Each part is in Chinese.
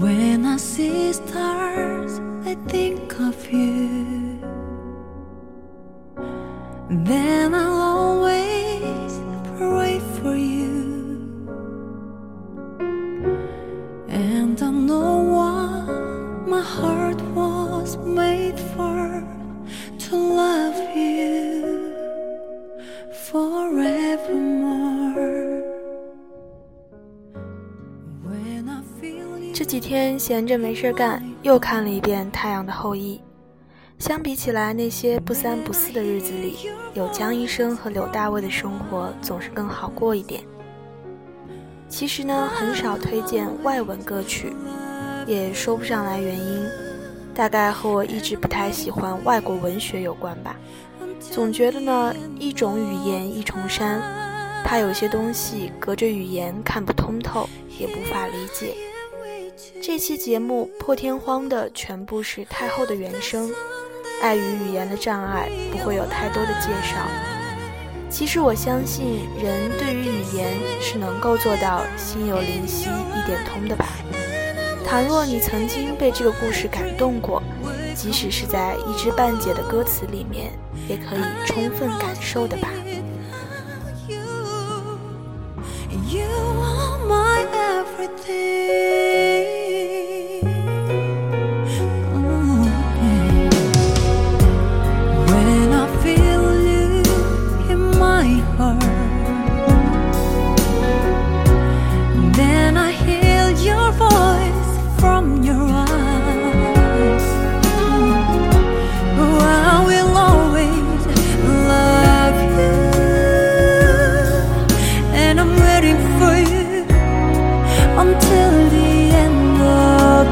When I see stars, I think of you. Then I'll always pray for you. And I know what my heart was made for, to love you forevermore. When I feel you. 这几天闲着没事干，又看了一遍《太阳的后裔》。相比起来，那些不三不四的日子里，有江医生和柳大卫的生活总是更好过一点。其实呢，很少推荐外文歌曲，也说不上来原因，大概和我一直不太喜欢外国文学有关吧。总觉得呢，一种语言一重山，怕有些东西隔着语言看不通透，也无法理解。这期节目破天荒的全部是太后的原声，碍于语言的障碍，不会有太多的介绍。其实我相信人对于语言是能够做到心有灵犀一点通的吧。倘若你曾经被这个故事感动过，即使是在一知半解的歌词里面，也可以充分感受的吧。 You are my everything.When I feel you in my heart, then I hear your voice from your eyes. I will always love you, and I'm waiting for you until the end of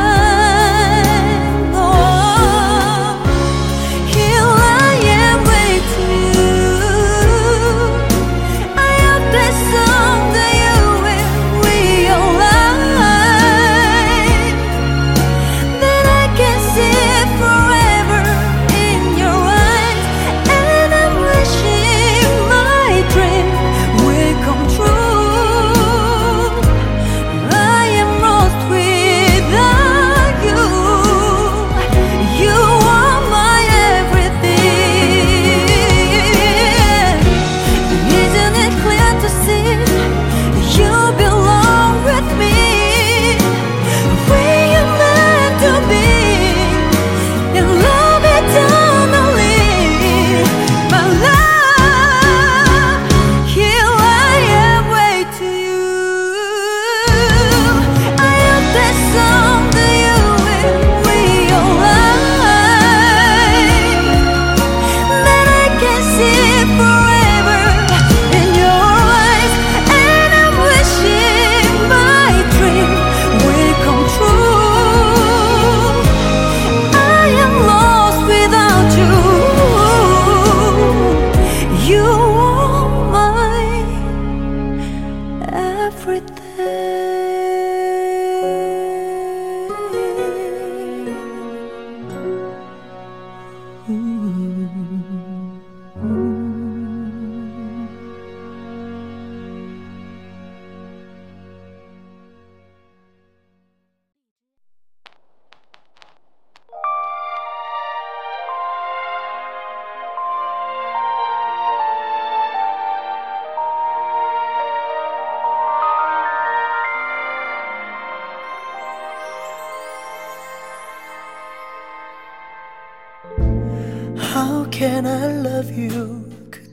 everything.How can I love you?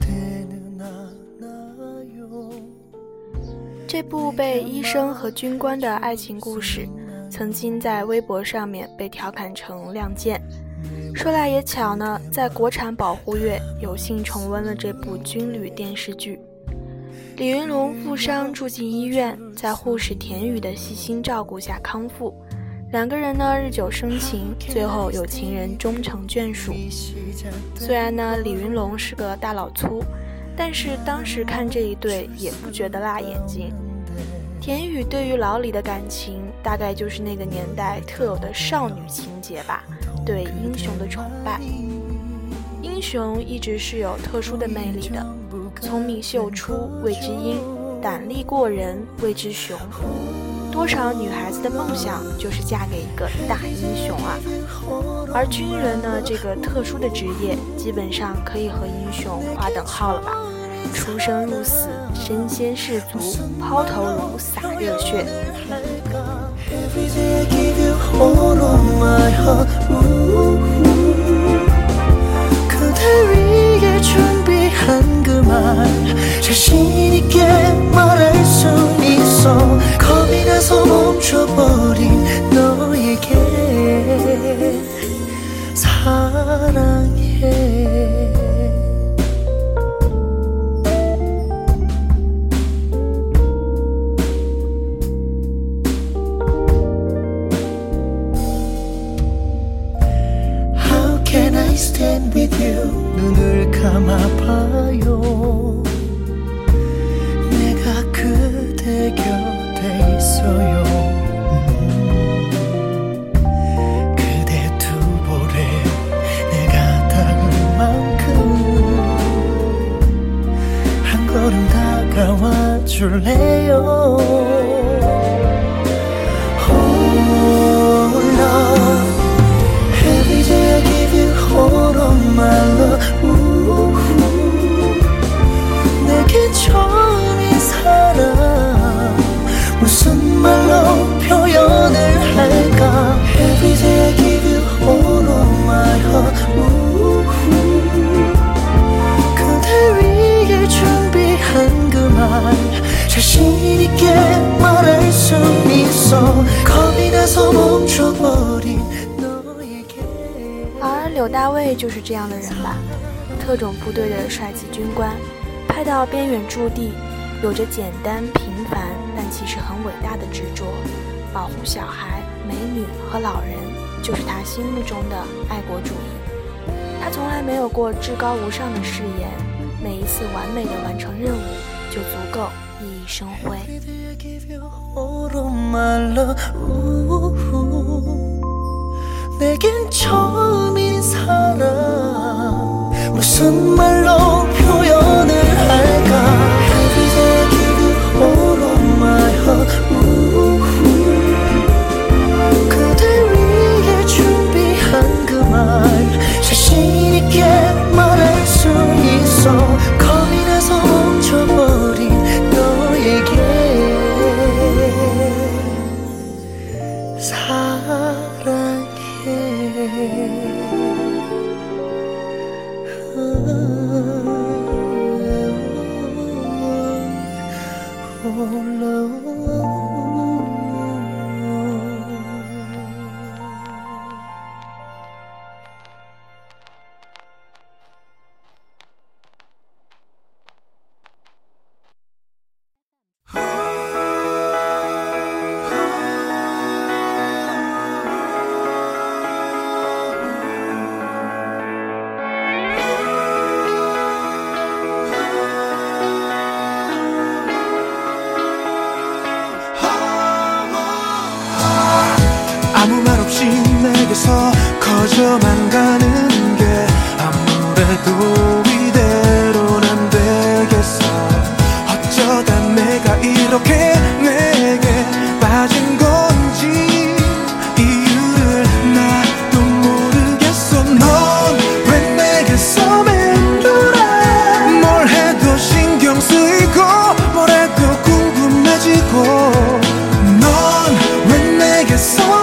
그대는 알아요. 这部被医生和军官的爱情故事，曾经在微博上面被调侃成亮剑。说来也巧呢，在国产保护月有幸重温了这部军旅电视剧。李云龙负伤住进医院，在护士田雨的细心照顾下康复。两个人呢日久生情，最后有情人终成眷属。虽然呢李云龙是个大老粗，但是当时看这一对也不觉得辣眼睛。田雨对于老李的感情，大概就是那个年代特有的少女情节吧，对英雄的崇拜。英雄一直是有特殊的魅力的，聪明秀出谓之英，胆力过人谓之雄。多多少女孩子的梦想就是嫁给一个大英雄啊！而军人呢，这个特殊的职业，基本上可以和英雄划等号了吧？出生入死，身先士卒，抛头颅，洒热血。 Stand with you 눈을 감아봐요 내가 그대 곁에 있어요 그대 두 볼에 내가 닿을 만큼 한 걸음 다가와 줄래요 Oh love Every day I give you all of my love 내게 처음인 사랑 무슨 말로 표현을 할까 Every day I give you all of my heart 그대 위해 준비한 그 말 자신 있게 말할 수 있어 겁이 나서 멈춰버린 而柳大卫就是这样的人吧，特种部队的帅气军官，派到边远驻地，有着简单平凡但其实很伟大的执着，保护小孩、美女和老人，就是他心目中的爱国主义。他从来没有过至高无上的誓言，每一次完美的完成任务就足够熠熠生辉。 내겐 처음인 사랑 무슨 말로 표현을 할까 Every day I give you all of my heart 그대 위해 준비한 그 말 자신 있게 말할 수 있어 겁이 나서 멈춰버린 너에게 사랑해 아무 말 없이 내게서 커져만 가는 게 아무래도 이대로는 안 되겠어 어쩌다 내가 이렇게 내게 빠진 건지 이유를 나도 모르겠어 넌 왜 내게서 맴돌아 뭘 해도 신경 쓰이고 뭘 해도 궁금해지고 넌 왜 내게서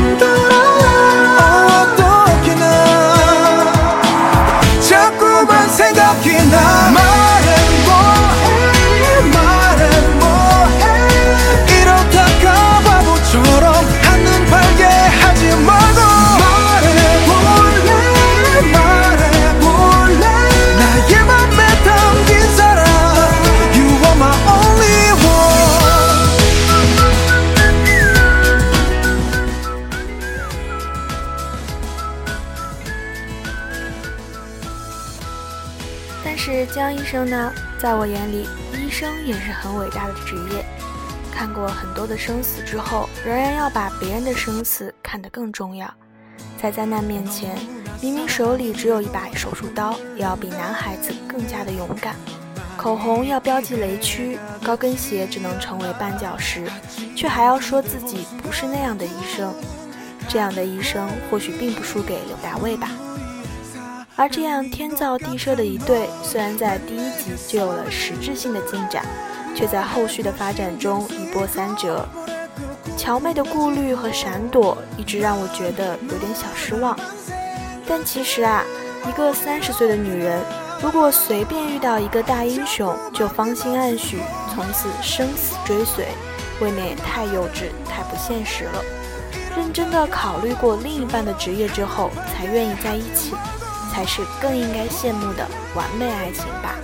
但是江医生呢，在我眼里，医生也是很伟大的职业。看过很多的生死之后，仍然要把别人的生死看得更重要。在灾难面前，明明手里只有一把手术刀，也要比男孩子更加的勇敢。 口红要标记雷区，高跟鞋只能成为绊脚石，却还要说自己不是那样的医生。这样的医生或许并不输给刘大卫吧。而这样天造地设的一对，虽然在第一集就有了实质性的进展，却在后续的发展中一波三折。乔妹的顾虑和闪躲一直让我觉得有点小失望。但其实啊，一个30岁的女人，如果随便遇到一个大英雄就芳心暗许，从此生死追随，未免也太幼稚太不现实了。认真的考虑过另一半的职业之后才愿意在一起，才是更应该羡慕的完美爱情吧。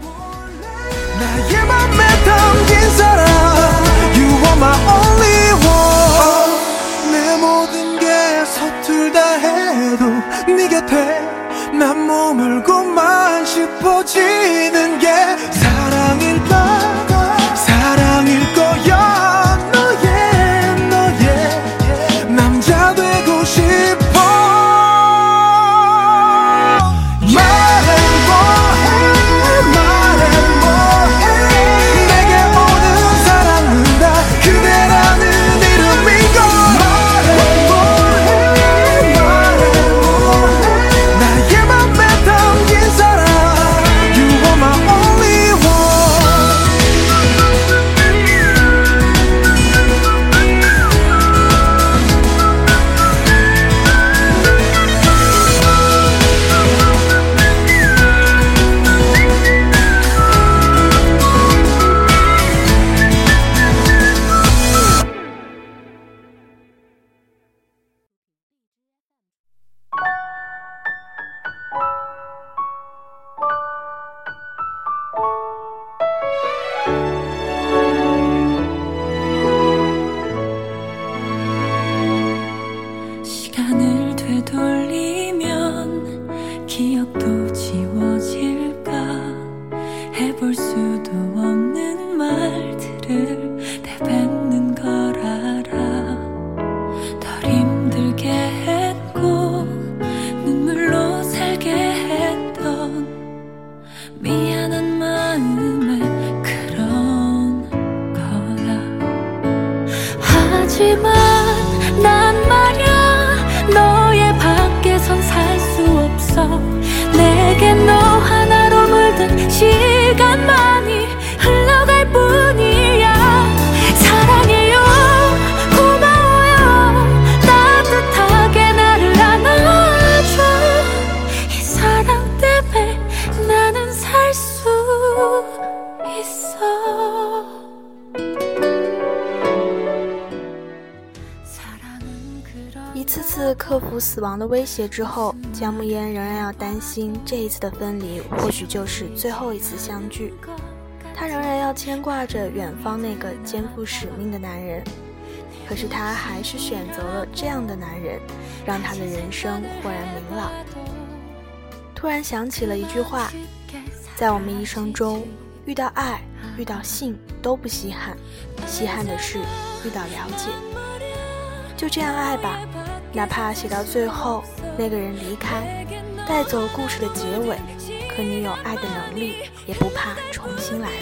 一次次克服死亡的威胁之后，姜暮烟仍然要担心这一次的分离或许就是最后一次相聚。她仍然要牵挂着远方那个肩负使命的男人，可是她还是选择了这样的男人，让她的人生豁然明朗。突然想起了一句话，在我们一生中，遇到爱遇到性都不稀罕，稀罕的是遇到了解。就这样爱吧，哪怕写到最后那个人离开，带走故事的结尾，可你有爱的能力，也不怕重新来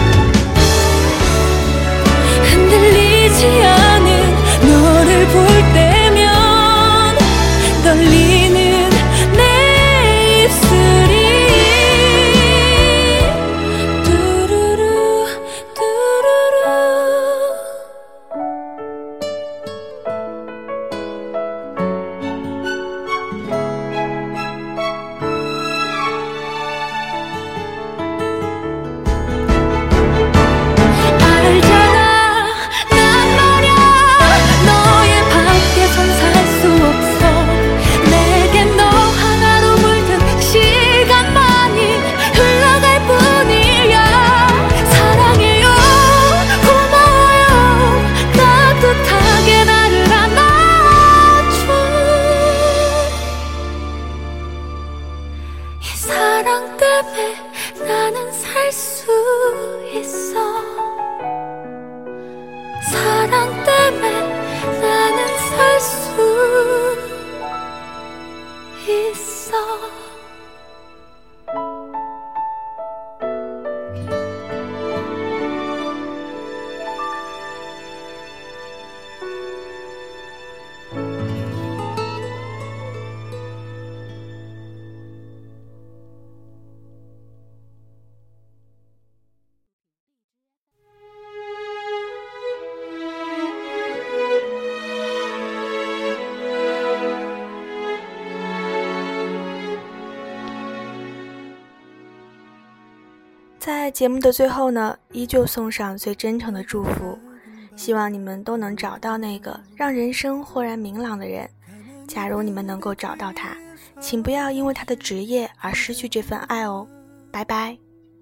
过。흔들리지 않은 너를 볼 사랑 때문에 나는 살 수 있어 사랑 때문에 나는 살 수 있어 在节目的最后呢，依旧送上最真诚的祝福，希望你们都能找到那个让人生豁然明朗的人。假如你们能够找到他，请不要因为他的职业而失去这份爱哦。拜拜。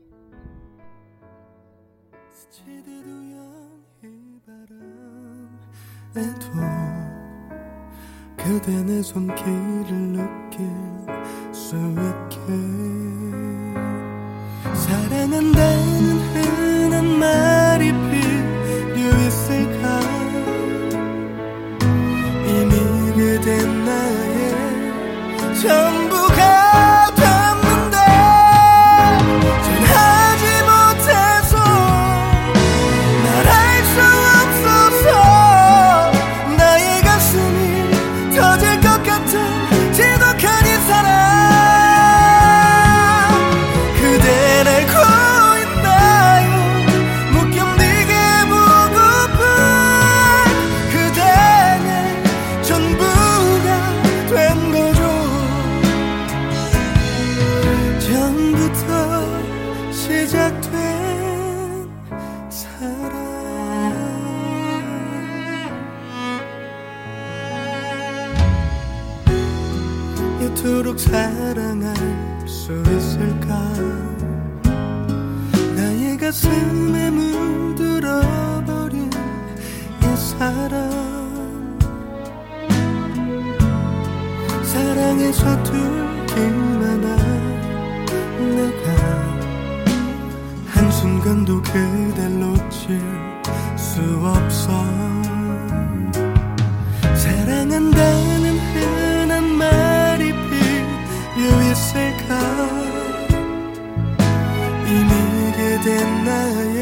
사랑한다는 흔한 말이 필요했을까 이미 그댄 나의 전부가 됐는데 전하지 못해서 말할 수 없어서 나의 가슴이 터질 것 같은 지독한 이 사랑 이토록 사랑할 수 있을까 나의 가슴에 물들어버린 이 사랑 사랑에 서툴기만 한 내가 한순간도 그댈 놓칠 수 없어 사랑한다는 흔한 말이 필요했을까 이미 그댄 나의